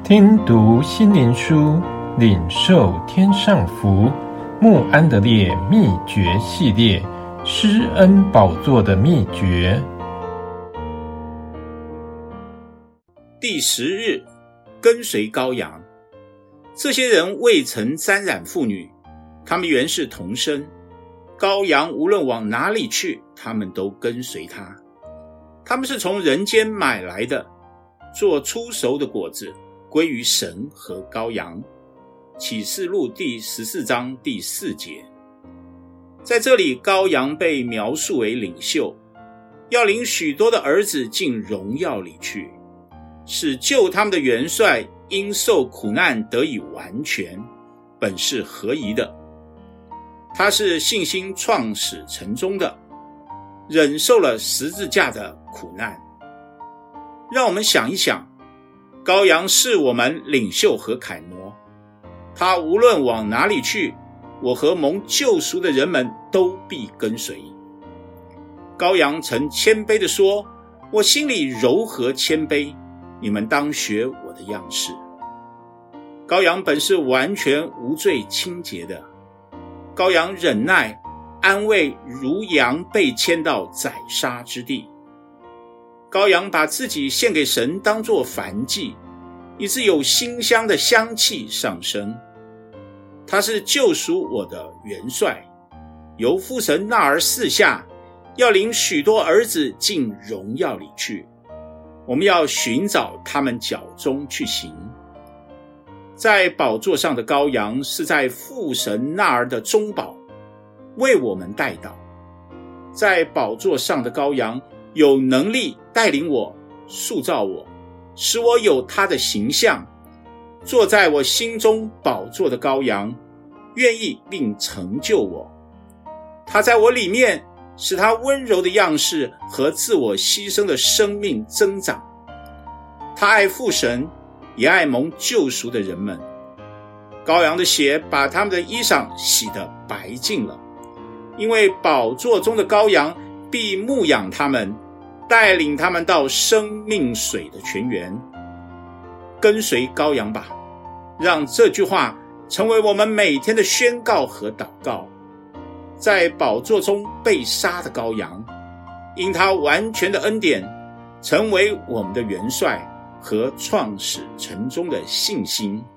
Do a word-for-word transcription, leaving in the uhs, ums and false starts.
听读心灵书，领受天上福。慕安德烈秘诀系列，施恩宝座的秘诀。 第十日，跟随羔羊。这些人未曾沾染妇女，他们原是童生。羔羊无论往哪里去，他们都跟随他。他们是从人间买来的，做初熟的果子，归于神和羔羊。启示录第十四章第四节。在这里，羔羊被描述为领袖，要领许多的儿子进荣耀里去，使救他们的元帅因受苦难得以完全，本是合宜的。他是信心创始成终的，忍受了十字架的苦难。让我们想一想，羔羊是我们领袖和楷模，他无论往哪里去，我和蒙救赎的人们都必跟随。羔羊曾谦卑地说，我心里柔和谦卑，你们当学我的样式。羔羊本是完全无罪清洁的，羔羊忍耐安慰，如羊被牵到宰杀之地。羔羊把自己献给神当作燔祭，以致有馨香的香气上升。他是救赎我的元帅，由父神那儿赐下，要领许多儿子进荣耀里去。我们要寻找他们脚中去行。在宝座上的羔羊是在父神那儿的中保，为我们代祷。在宝座上的羔羊有能力带领我，塑造我，使我有他的形象。坐在我心中宝座的羔羊，愿意并成就我。他在我里面，使他温柔的样式和自我牺牲的生命增长。他爱父神，也爱蒙救赎的人们。羔羊的血把他们的衣裳洗得白净了，因为宝座中的羔羊必牧养他们，带领他们到生命水的泉源。跟随羔羊吧，让这句话成为我们每天的宣告和祷告。在宝座中被杀的羔羊，因他完全的恩典，成为我们的元帅和创始成终的信心。